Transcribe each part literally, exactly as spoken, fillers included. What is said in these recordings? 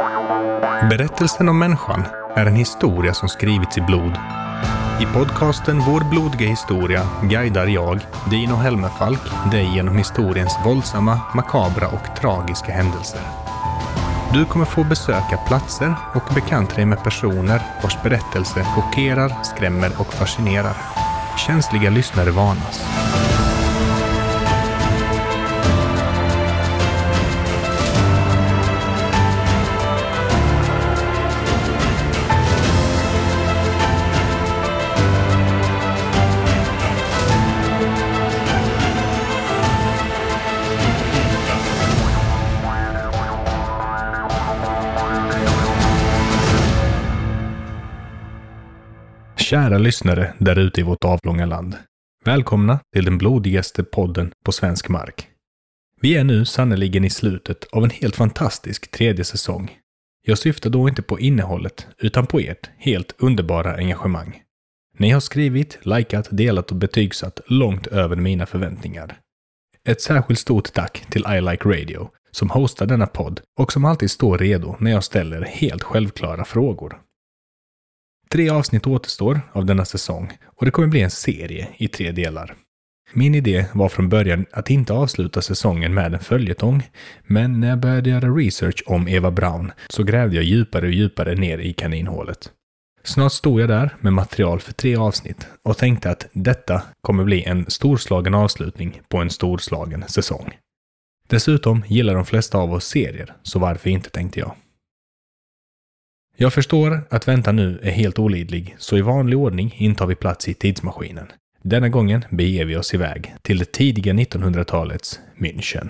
Berättelsen om människan är en historia som skrivits i blod. I podcasten Vår blodiga historia guidar jag, Dino Helmerfalk, dig genom historiens våldsamma, makabra och tragiska händelser. Du kommer få besöka platser och bekanta dig med personer vars berättelse chockerar, skrämmer och fascinerar. Känsliga lyssnare varnas. Kära lyssnare där ute i vårt avlånga land. Välkomna till den blodigaste podden på svensk mark. Vi är nu sannoliken i slutet av en helt fantastisk tredje säsong. Jag syftar då inte på innehållet utan på ert helt underbara engagemang. Ni har skrivit, likat, delat och betygsatt långt över mina förväntningar. Ett särskilt stort tack till I Like Radio som hostar denna podd och som alltid står redo när jag ställer helt självklara frågor. Tre avsnitt återstår av denna säsong och det kommer bli en serie i tre delar. Min idé var från början att inte avsluta säsongen med en följetong, men när jag började göra research om Eva Braun så grävde jag djupare och djupare ner i kaninhålet. Snart stod jag där med material för tre avsnitt och tänkte att detta kommer bli en storslagen avslutning på en storslagen säsong. Dessutom gillar de flesta av oss serier, så varför inte, tänkte jag. Jag förstår att väntan nu är helt olidlig, så i vanlig ordning intar vi plats i tidsmaskinen. Denna gången beger vi oss iväg till det tidiga nittonhundratalets München.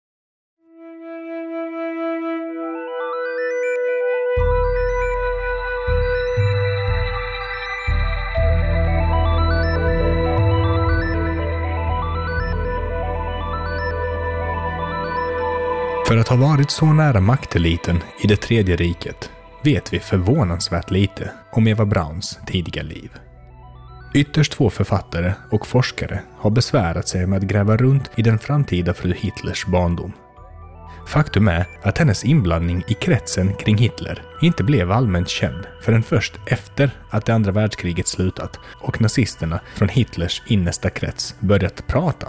För att ha varit så nära makteliten i det tredje riket vet vi förvånansvärt lite om Eva Brauns tidiga liv. Ytterst få författare och forskare har besvärat sig med att gräva runt i den framtida fru Hitlers barndom. Faktum är att hennes inblandning i kretsen kring Hitler inte blev allmänt känd förrän först efter att det andra världskriget slutat och nazisterna från Hitlers innersta krets börjat prata.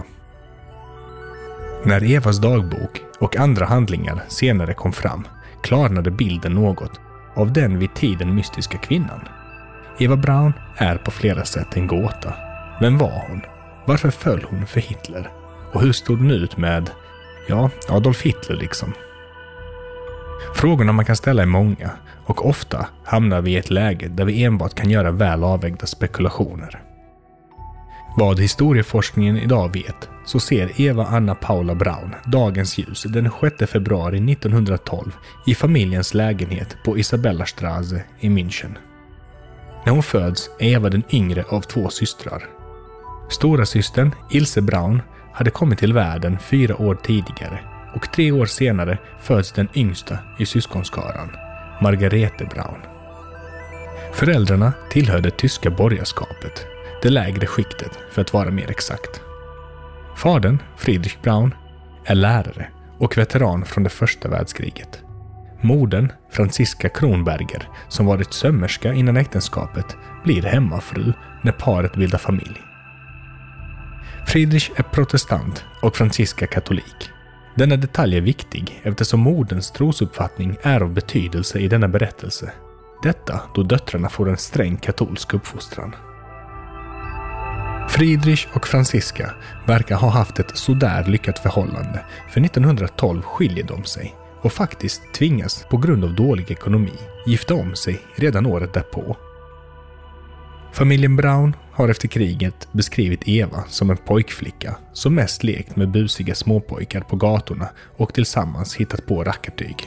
När Evas dagbok och andra handlingar senare kom fram klarnade bilden något av den vid tiden mystiska kvinnan. Eva Braun är på flera sätt en gåta. Vem var hon? Varför föll hon för Hitler? Och hur stod hon ut med, ja, Adolf Hitler liksom? Frågorna man kan ställa är många och ofta hamnar vi i ett läge där vi enbart kan göra väl avvägda spekulationer. Vad historieforskningen idag vet så ser Eva Anna Paula Braun dagens ljus den sjätte februari nittonhundratolv i familjens lägenhet på Isabellerstraße i München. När hon föds är Eva den yngre av två systrar. Stora systern Ilse Braun hade kommit till världen fyra år tidigare och tre år senare föds den yngsta i syskonskaran, Margarete Braun. Föräldrarna tillhörde tyska borgarskapet, det lägre skiktet för att vara mer exakt. Fadern, Friedrich Braun, är lärare och veteran från det första världskriget. Modern, Franziska Kronberger, som varit sömmerska innan äktenskapet, blir hemmafru när paret bildar familj. Friedrich är protestant och Franziska katolik. Denna detalj är viktig eftersom moderns trosuppfattning är av betydelse i denna berättelse. Detta då döttrarna får en sträng katolsk uppfostran. Friedrich och Franziska verkar ha haft ett sådär lyckat förhållande, för nittonhundratolv skiljer de sig och faktiskt tvingas på grund av dålig ekonomi gifta om sig redan året därpå. Familjen Braun har efter kriget beskrivit Eva som en pojkflicka som mest lekt med busiga småpojkar på gatorna och tillsammans hittat på rackartyg.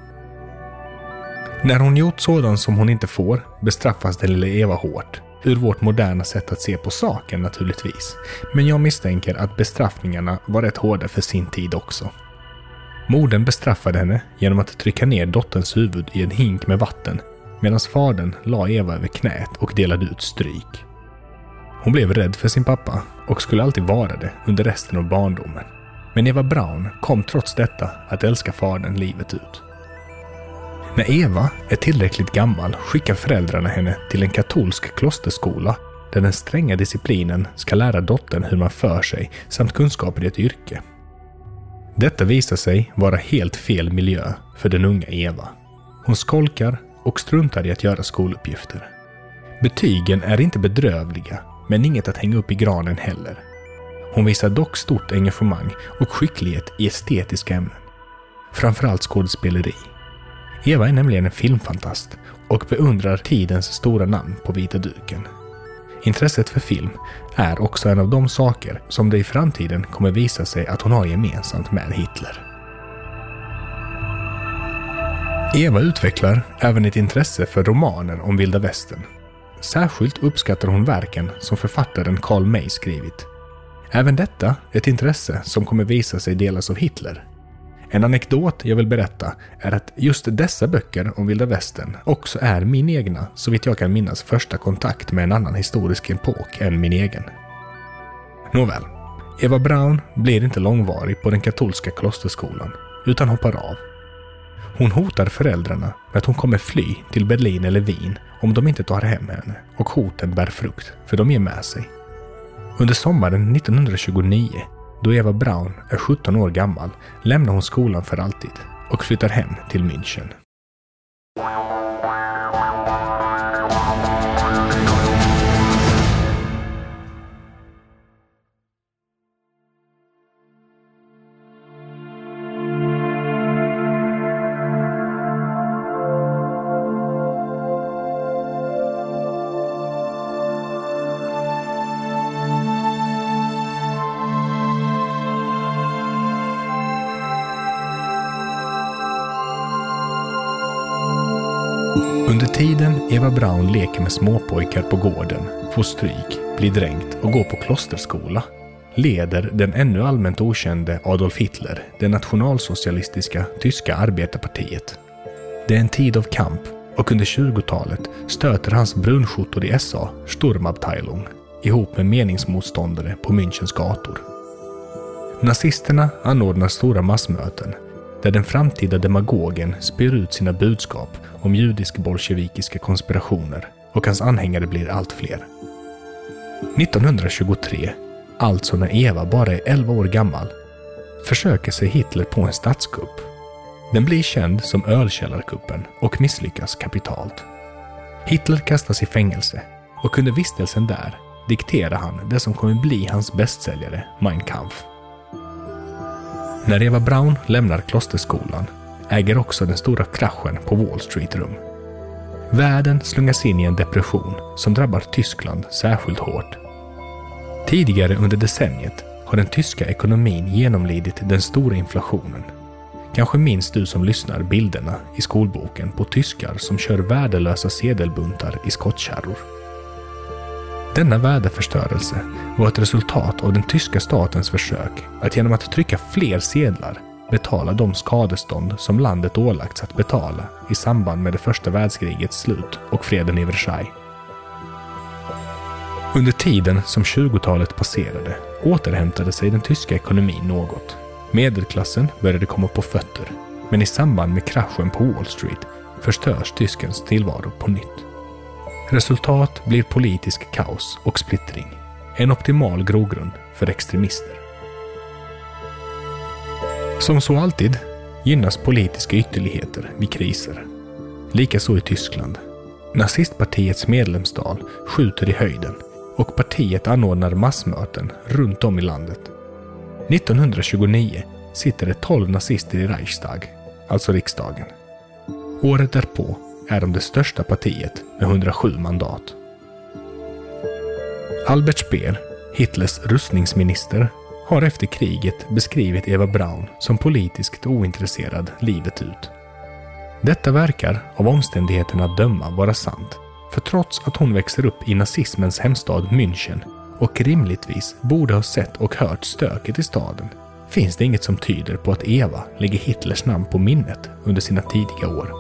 När hon gjort sådant som hon inte får bestraffas den lilla Eva hårt. Ur vårt moderna sätt att se på saken naturligtvis. Men jag misstänker att bestraffningarna var rätt hårda för sin tid också. Modern bestraffade henne genom att trycka ner dotterns huvud i en hink med vatten medan fadern la Eva över knät och delade ut stryk. Hon blev rädd för sin pappa och skulle alltid vara det under resten av barndomen. Men Eva Braun kom trots detta att älska fadern livet ut. När Eva är tillräckligt gammal skickar föräldrarna henne till en katolsk klosterskola där den stränga disciplinen ska lära dottern hur man för sig samt kunskaper i ett yrke. Detta visar sig vara helt fel miljö för den unga Eva. Hon skolkar och struntar i att göra skoluppgifter. Betygen är inte bedrövliga, men inget att hänga upp i granen heller. Hon visar dock stort engagemang och skicklighet i estetiska ämnen. Framförallt skådespeleri. Eva är nämligen en filmfantast och beundrar tidens stora namn på vita duken. Intresset för film är också en av de saker som det i framtiden kommer visa sig att hon har gemensamt med Hitler. Eva utvecklar även ett intresse för romaner om vilda västern. Särskilt uppskattar hon verken som författaren Karl May skrivit. Även detta är ett intresse som kommer visa sig delas av Hitler. En anekdot jag vill berätta är att just dessa böcker om vilda västern också är min egna, så vitt jag kan minnas, första kontakt med en annan historisk epok än min egen. Nåväl, Eva Braun blir inte långvarig på den katolska klosterskolan utan hoppar av. Hon hotar föräldrarna med att hon kommer fly till Berlin eller Wien om de inte tar hem henne, och hoten bär frukt för de ger med sig. Under sommaren nittonhundratjugonio, då Eva Braun är sjutton år gammal, lämnar hon skolan för alltid och flyttar hem till München. Under tiden Eva Braun leker med småpojkar på gården, får stryk, blir dränkt och går på klosterskola, leder den ännu allmänt okände Adolf Hitler det nationalsocialistiska tyska arbetarpartiet. Det är en tid av kamp, och under tjugotalet stöter hans brunskjortor i S A, Sturmabteilung, ihop med meningsmotståndare på Münchens gator. Nazisterna anordnar stora massmöten där den framtida demagogen spyr ut sina budskap om judisk-bolsjevikiska konspirationer, och hans anhängare blir allt fler. nittonhundratjugotre, alltså när Eva bara är elva år gammal, försöker sig Hitler på en statskupp. Den blir känd som ölkällarkuppen och misslyckas kapitalt. Hitler kastas i fängelse, och under vistelsen där dikterar han det som kommer bli hans bästsäljare, Mein Kampf. När Eva Braun lämnar klosterskolan äger också den stora kraschen på Wall Street rum. Världen slungas in i en depression som drabbar Tyskland särskilt hårt. Tidigare under decenniet har den tyska ekonomin genomlidit den stora inflationen. Kanske minns du som lyssnar bilderna i skolboken på tyskar som kör värdelösa sedelbuntar i skottkärror. Denna värdeförstörelse var ett resultat av den tyska statens försök att genom att trycka fler sedlar betala de skadestånd som landet ålagts att betala i samband med det första världskrigets slut och freden i Versailles. Under tiden som tjugotalet passerade återhämtade sig den tyska ekonomin något. Medelklassen började komma på fötter, men i samband med kraschen på Wall Street förstörs tyskens tillvaro på nytt. Resultat blir politisk kaos och splittring, en optimal grogrund för extremister. Som så alltid gynnas politiska ytterligheter vid kriser. Likaså i Tyskland. Nazistpartiets medlemstal skjuter i höjden och partiet anordnar massmöten runt om i landet. nittonhundratjugonio sitter det tolv nazister i Reichstag, alltså riksdagen. Året därpå är de det största partiet med hundrasju mandat. Albert Speer, Hitlers rustningsminister, har efter kriget beskrivit Eva Braun som politiskt ointresserad livet ut. Detta verkar av omständigheterna att döma vara sant, för trots att hon växer upp i nazismens hemstad München och rimligtvis borde ha sett och hört stöket i staden, finns det inget som tyder på att Eva lägger Hitlers namn på minnet under sina tidiga år.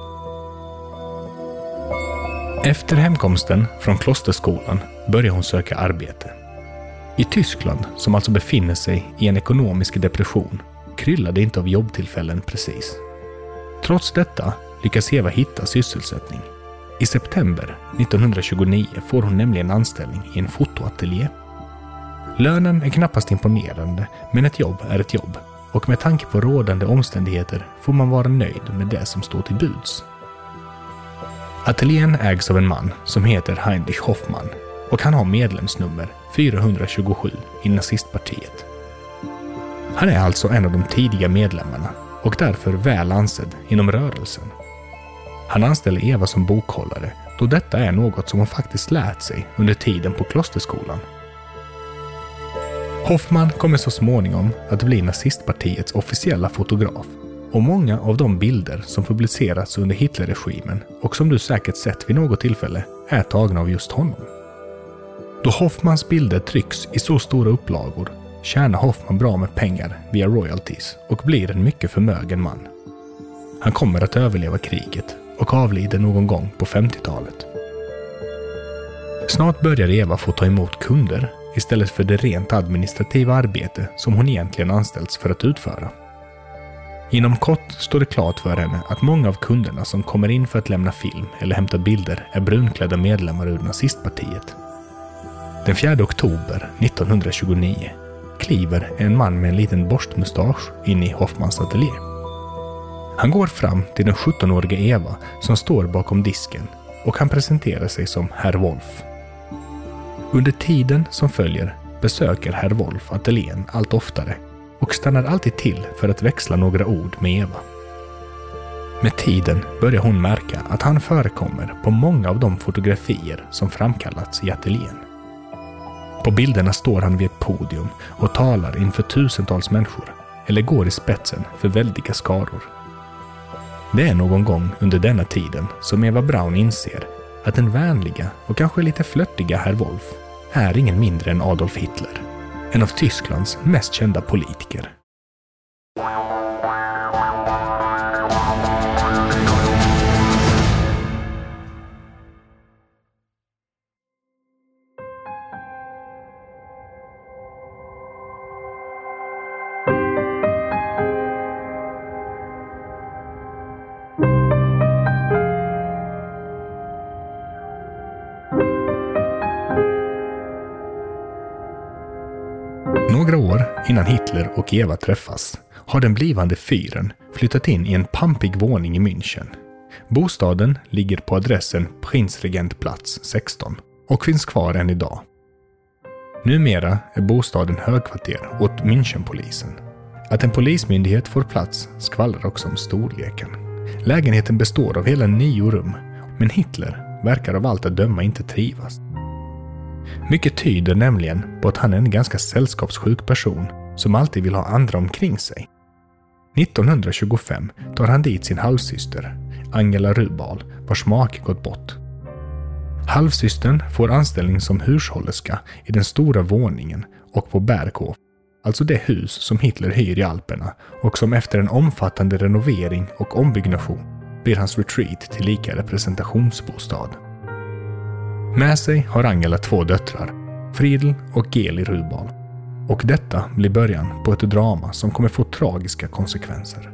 Efter hemkomsten från klosterskolan börjar hon söka arbete. I Tyskland, som alltså befinner sig i en ekonomisk depression, kryllar det inte av jobbtillfällen precis. Trots detta lyckas Eva hitta sysselsättning. I september nittonhundratjugonio får hon nämligen anställning i en fotoateljé. Lönen är knappast imponerande, men ett jobb är ett jobb. Och med tanke på rådande omständigheter får man vara nöjd med det som står till buds. Ateljén ägs av en man som heter Heinrich Hoffmann och han har medlemsnummer fyrahundratjugosju i nazistpartiet. Han är alltså en av de tidiga medlemmarna och därför väl ansedd inom rörelsen. Han anställer Eva som bokhållare då detta är något som hon faktiskt lärt sig under tiden på klosterskolan. Hoffmann kommer så småningom att bli nazistpartiets officiella fotograf och många av de bilder som publicerats under Hitlerregimen och som du säkert sett vid något tillfälle är tagna av just honom. Då Hoffmans bilder trycks i så stora upplagor tjänar Hoffmann bra med pengar via royalties och blir en mycket förmögen man. Han kommer att överleva kriget och avlider någon gång på femtiotalet. Snart börjar Eva få ta emot kunder istället för det rent administrativa arbete som hon egentligen anställts för att utföra. Inom kort står det klart för henne att många av kunderna som kommer in för att lämna film eller hämta bilder är brunklädda medlemmar ur nazistpartiet. Den fjärde oktober nittonhundratjugonio kliver en man med en liten borstmustasch in i Hoffmans ateljé. Han går fram till den sjuttonåriga Eva som står bakom disken och han presenterar sig som herr Wolf. Under tiden som följer besöker herr Wolf ateljén allt oftare och stannar alltid till för att växla några ord med Eva. Med tiden börjar hon märka att han förekommer på många av de fotografier som framkallats i ateljén. På bilderna står han vid ett podium och talar inför tusentals människor eller går i spetsen för väldiga skaror. Det är någon gång under denna tiden som Eva Braun inser att den vänliga och kanske lite flörtiga herr Wolf är ingen mindre än Adolf Hitler, en av Tysklands mest kända politiker. Några år innan Hitler och Eva träffas har den blivande fyren flyttat in i en pampig våning i München. Bostaden ligger på adressen Prinzregentplatz sexton och finns kvar än idag. Numera är bostaden högkvarter åt Münchenpolisen. Att en polismyndighet får plats skvallrar också om storleken. Lägenheten består av hela nio rum, men Hitler verkar av allt att döma inte trivas. Mycket tyder nämligen på att han är en ganska sällskapssjuk person som alltid vill ha andra omkring sig. nittonhundratjugofem tar han dit sin halvsyster, Angela Rubal, vars make gått bort. Halvsystern får anställning som hushållerska i den stora våningen och på Berghof, alltså det hus som Hitler hyr i Alperna och som efter en omfattande renovering och ombyggnation blir hans retreat till lika representationsbostad. Med sig har Angela två döttrar, Friedel och Geli Rubal. Och detta blir början på ett drama som kommer få tragiska konsekvenser.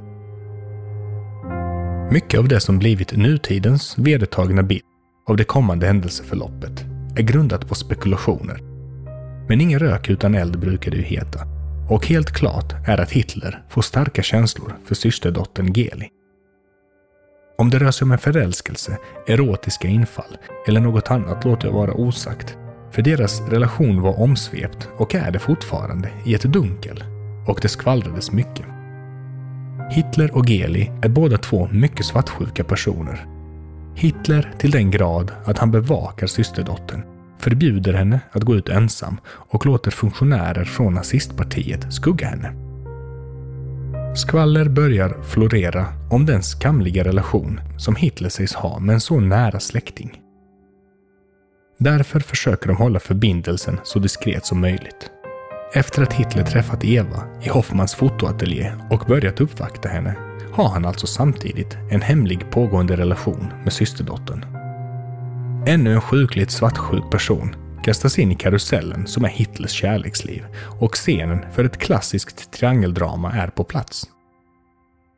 Mycket av det som blivit nutidens vedertagna bild av det kommande händelseförloppet är grundat på spekulationer. Men ingen rök utan eld brukar det ju heta. Och helt klart är att Hitler får starka känslor för systerdottern Geli. Om det rör sig om en förälskelse, erotiska infall eller något annat låter jag vara osagt. För deras relation var omsvept och är det fortfarande i ett dunkel. Och det skvallrades mycket. Hitler och Geli är båda två mycket svartsjuka personer. Hitler till den grad att han bevakar systerdottern, förbjuder henne att gå ut ensam och låter funktionärer från nazistpartiet skugga henne. Skvaller börjar florera om den skamliga relation som Hitler sägs ha med en så nära släkting. Därför försöker de hålla förbindelsen så diskret som möjligt. Efter att Hitler träffat Eva i Hoffmans fotoateljé och börjat uppvakta henne har han alltså samtidigt en hemlig pågående relation med systerdottern. Ännu en sjukligt svartsjuk person kastas in i karusellen som är Hitlers kärleksliv och scenen för ett klassiskt triangeldrama är på plats.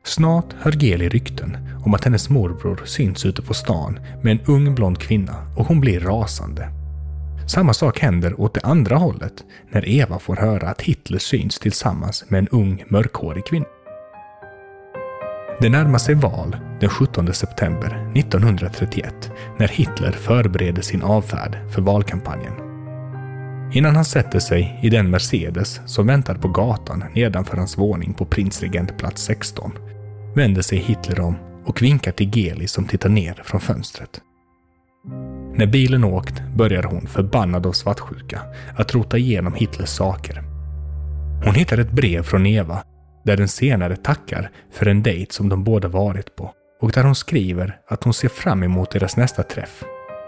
Snart hör Geli rykten om att hennes morbror syns ute på stan med en ung blond kvinna och hon blir rasande. Samma sak händer åt det andra hållet när Eva får höra att Hitler syns tillsammans med en ung mörkhårig kvinna. Det närmar sig val den sjuttonde september nittonhundratrettioett när Hitler förbereder sin avfärd för valkampanjen. Innan han sätter sig i den Mercedes som väntar på gatan nedanför hans våning på Prinzregentplatz sexton vänder sig Hitler om och vinkar till Geli som tittar ner från fönstret. När bilen åkt börjar hon, förbannad av svartsjuka, att rota igenom Hitlers saker. Hon hittar ett brev från Eva där den senare tackar för en dejt som de båda varit på och där hon skriver att hon ser fram emot deras nästa träff.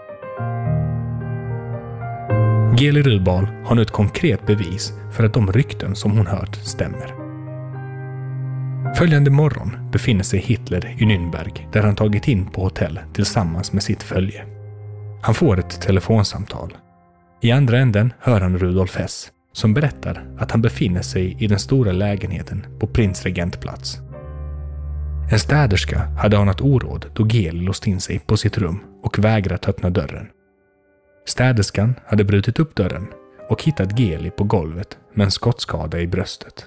Geli Rubal har nu ett konkret bevis för att de rykten som hon hört stämmer. Följande morgon befinner sig Hitler i Nürnberg där han tagit in på hotell tillsammans med sitt följe. Han får ett telefonsamtal. I andra änden hör han Rudolf Hess som berättar att han befinner sig i den stora lägenheten på Prinzregentplatz. En städerska hade anat oråd då Geli låst in sig på sitt rum och vägrat öppna dörren. Städerskan hade brutit upp dörren och hittat Geli på golvet med en skottskada i bröstet.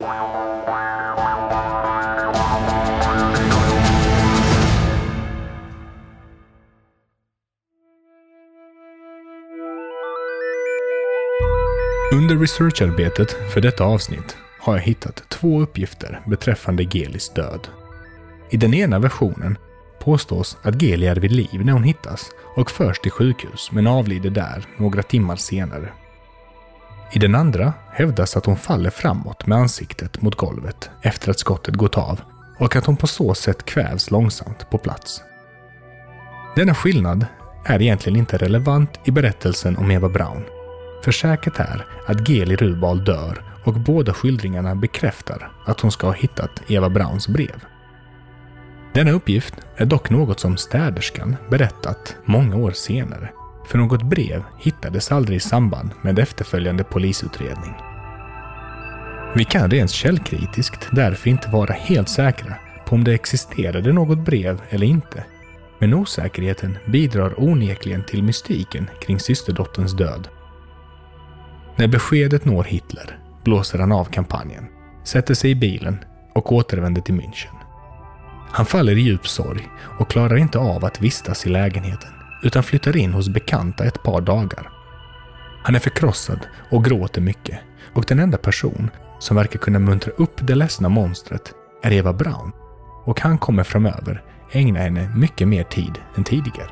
Under researcharbetet för detta avsnitt har jag hittat två uppgifter beträffande Gelis död. I den ena versionen påstås att Geli är vid liv när hon hittas och förs till sjukhus men avlider där några timmar senare. I den andra hävdas att hon faller framåt med ansiktet mot golvet efter att skottet gått av och att hon på så sätt kvävs långsamt på plats. Denna skillnad är egentligen inte relevant i berättelsen om Eva Braun. För säkert är att Geli Rubal dör och båda skildringarna bekräftar att hon ska ha hittat Eva Brauns brev. Denna uppgift är dock något som städerskan berättat många år senare, för något brev hittades aldrig i samband med efterföljande polisutredning. Vi kan rent källkritiskt därför inte vara helt säkra på om det existerade något brev eller inte, men osäkerheten bidrar onekligen till mystiken kring systerdotterns död. När beskedet når Hitler blåser han av kampanjen, sätter sig i bilen och återvänder till München. Han faller i djup sorg och klarar inte av att vistas i lägenheten utan flyttar in hos bekanta ett par dagar. Han är förkrossad och gråter mycket och den enda person som verkar kunna muntra upp det ledsna monstret är Eva Braun och han kommer framöver ägna henne mycket mer tid än tidigare.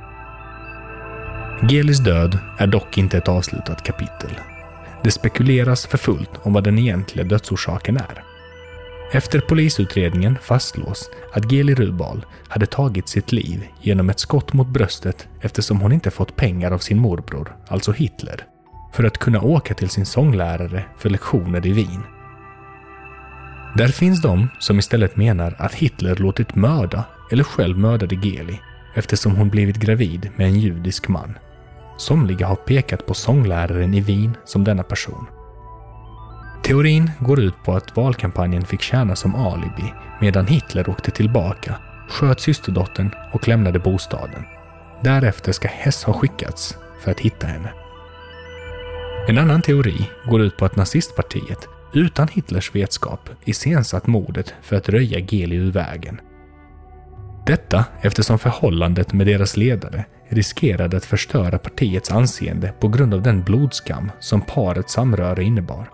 Gelis död är dock inte ett avslutat kapitel. Det spekuleras för fullt om vad den egentliga dödsorsaken är. Efter polisutredningen fastslås att Geli Rubal hade tagit sitt liv genom ett skott mot bröstet eftersom hon inte fått pengar av sin morbror, alltså Hitler, för att kunna åka till sin sånglärare för lektioner i Wien. Där finns de som istället menar att Hitler låtit mörda eller själv mördade Geli eftersom hon blivit gravid med en judisk man. Somliga har pekat på sångläraren i Wien som denna person. Teorin går ut på att valkampanjen fick tjäna som alibi medan Hitler åkte tillbaka, sköt systerdottern och lämnade bostaden. Därefter ska Hess ha skickats för att hitta henne. En annan teori går ut på att nazistpartiet utan Hitlers vetskap iscensatt mordet för att röja Geli ur vägen. Detta eftersom förhållandet med deras ledare riskerade att förstöra partiets anseende på grund av den blodskam som parets samröre innebar.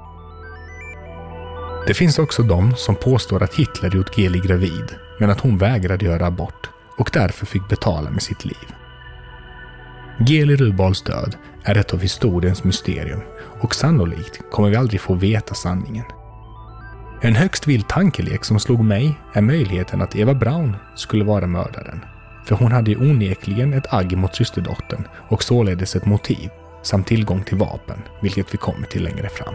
Det finns också de som påstår att Hitler gjort Geli gravid men att hon vägrade göra abort och därför fick betala med sitt liv. Geli Rubals död är ett av historiens mysterium och sannolikt kommer vi aldrig få veta sanningen. En högst vild tankelek som slog mig är möjligheten att Eva Braun skulle vara mördaren. För hon hade ju onekligen ett agg mot systerdottern och således ett motiv samt tillgång till vapen, vilket vi kommer till längre fram.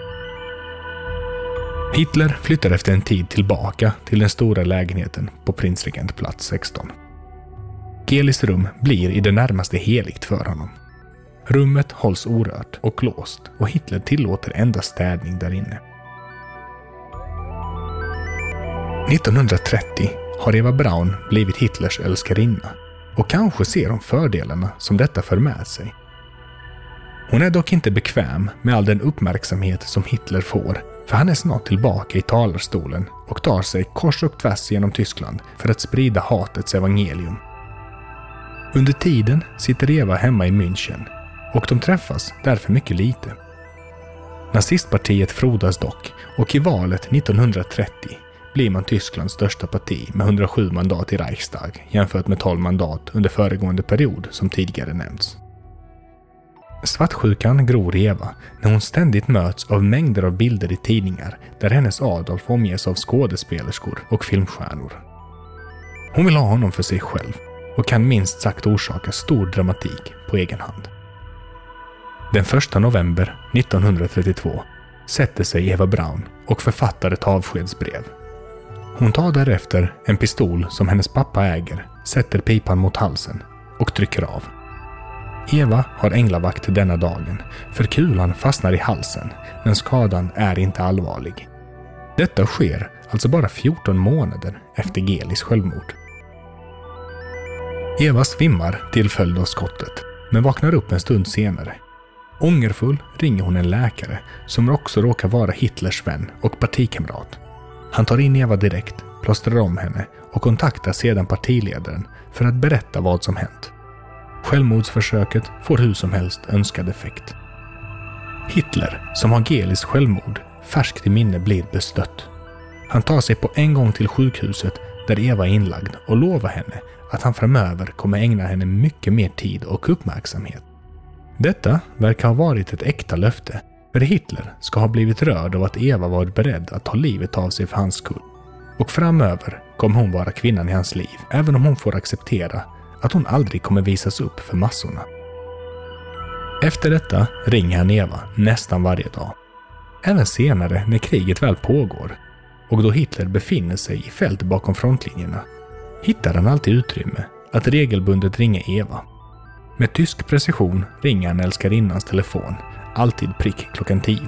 Hitler flyttar efter en tid tillbaka till den stora lägenheten på Prinzregentplatz sexton. Gelis rum blir i det närmaste heligt för honom. Rummet hålls orört och låst och Hitler tillåter endast städning där inne. nittonhundratrettio har Eva Braun blivit Hitlers älskarinna och kanske ser hon fördelarna som detta för med sig. Hon är dock inte bekväm med all den uppmärksamhet som Hitler får, för han är snart tillbaka i talarstolen och tar sig kors och tvärs genom Tyskland för att sprida hatets evangelium. Under tiden sitter Eva hemma i München och de träffas därför mycket lite. Nazistpartiet frodas dock och i valet nittonhundratrettio blir man Tysklands största parti med hundrasju mandat i Reichstag jämfört med tolv mandat under föregående period som tidigare nämnts. Svartsjukan gror i Eva när hon ständigt möts av mängder av bilder i tidningar där hennes Adolf omges av skådespelerskor och filmstjärnor. Hon vill ha honom för sig själv och kan minst sagt orsaka stor dramatik på egen hand. Den första november nittonhundratrettiotvå sätter sig Eva Braun och författar ett avskedsbrev. Hon tar därefter en pistol som hennes pappa äger, sätter pipan mot halsen och trycker av. Eva har änglavakt denna dagen, för kulan fastnar i halsen, men skadan är inte allvarlig. Detta sker alltså bara fjorton månader efter Gelis självmord. Eva svimmar till följd av skottet, men vaknar upp en stund senare. Ångerfull ringer hon en läkare som också råkar vara Hitlers vän och partikamrat. Han tar in Eva direkt, plåstrar om henne och kontaktar sedan partiledaren för att berätta vad som hänt. Självmordsförsöket får hur som helst önskad effekt. Hitler, som har Gelis självmord färskt i minne, blir bestött. Han tar sig på en gång till sjukhuset där Eva är inlagd och lovar henne att han framöver kommer ägna henne mycket mer tid och uppmärksamhet. Detta verkar ha varit ett äkta löfte, för Hitler ska ha blivit rörd av att Eva varit beredd att ta livet av sig för hans skull. Och framöver kommer hon vara kvinnan i hans liv, även om hon får acceptera att hon aldrig kommer visas upp för massorna. Efter detta ringer han Eva nästan varje dag. Även senare när kriget väl pågår och då Hitler befinner sig i fält bakom frontlinjerna hittar han alltid utrymme att regelbundet ringa Eva. Med tysk precision ringer han älskarinnans telefon, alltid prick klockan tio.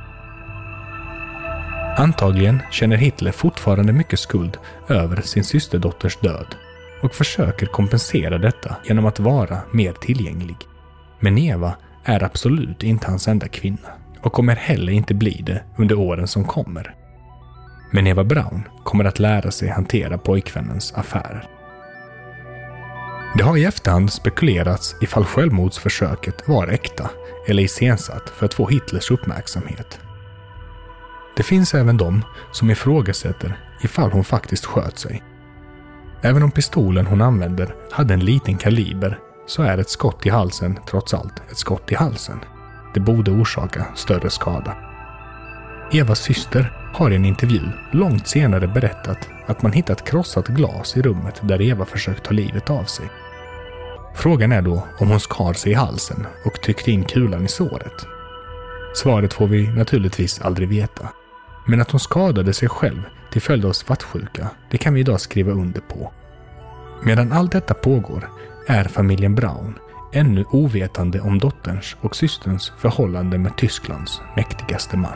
Antagligen känner Hitler fortfarande mycket skuld över sin systerdotters död och försöker kompensera detta genom att vara mer tillgänglig. Men Eva är absolut inte hans enda kvinna och kommer heller inte bli det under åren som kommer. Men Eva Braun kommer att lära sig hantera pojkvännens affärer. Det har i efterhand spekulerats ifall självmordsförsöket var äkta eller iscensatt för att få Hitlers uppmärksamhet. Det finns även de som ifrågasätter ifall hon faktiskt sköt sig. Även om pistolen hon använder hade en liten kaliber så är ett skott i halsen trots allt ett skott i halsen. Det borde orsaka större skada. Evas syster har i en intervju långt senare berättat att man hittat krossat glas i rummet där Eva försökt ta livet av sig. Frågan är då om hon skar sig i halsen och tryckte in kulan i såret. Svaret får vi naturligtvis aldrig veta. Men att hon skadade sig själv till följd av svartsjuka, det kan vi idag skriva under på. Medan allt detta pågår är familjen Braun ännu ovetande om dotterns och systerns förhållande med Tysklands mäktigaste man.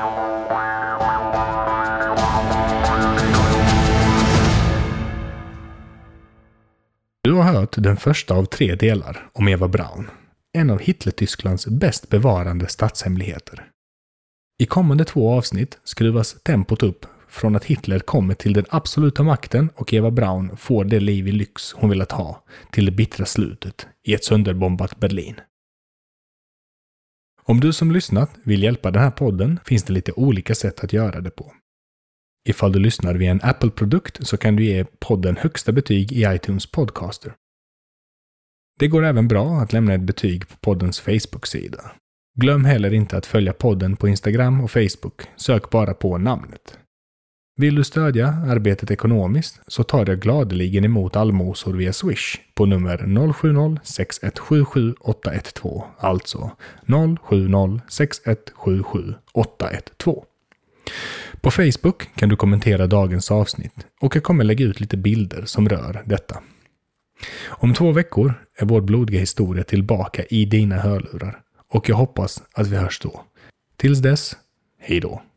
Du har hört den första av tre delar om Eva Braun, en av Hitler-Tysklands bäst bevarande statshemligheter. I kommande två avsnitt skruvas tempot upp från att Hitler kommer till den absoluta makten och Eva Braun får det liv i lyx hon velat ha till det bittra slutet i ett sönderbombat Berlin. Om du som lyssnat vill hjälpa den här podden finns det lite olika sätt att göra det på. Ifall du lyssnar via en Apple-produkt så kan du ge podden högsta betyg i iTunes Podcaster. Det går även bra att lämna ett betyg på poddens Facebook-sida. Glöm heller inte att följa podden på Instagram och Facebook. Sök bara på namnet. Vill du stödja arbetet ekonomiskt så tar jag gladeligen emot allmosor via Swish på nummer noll sju noll sex ett sju sju åtta ett två, alltså noll sju noll sex ett sju sju åtta ett två. På Facebook kan du kommentera dagens avsnitt och jag kommer lägga ut lite bilder som rör detta. Om två veckor är vår blodiga historia tillbaka i dina hörlurar och jag hoppas att vi hörs då. Tills dess, hej då.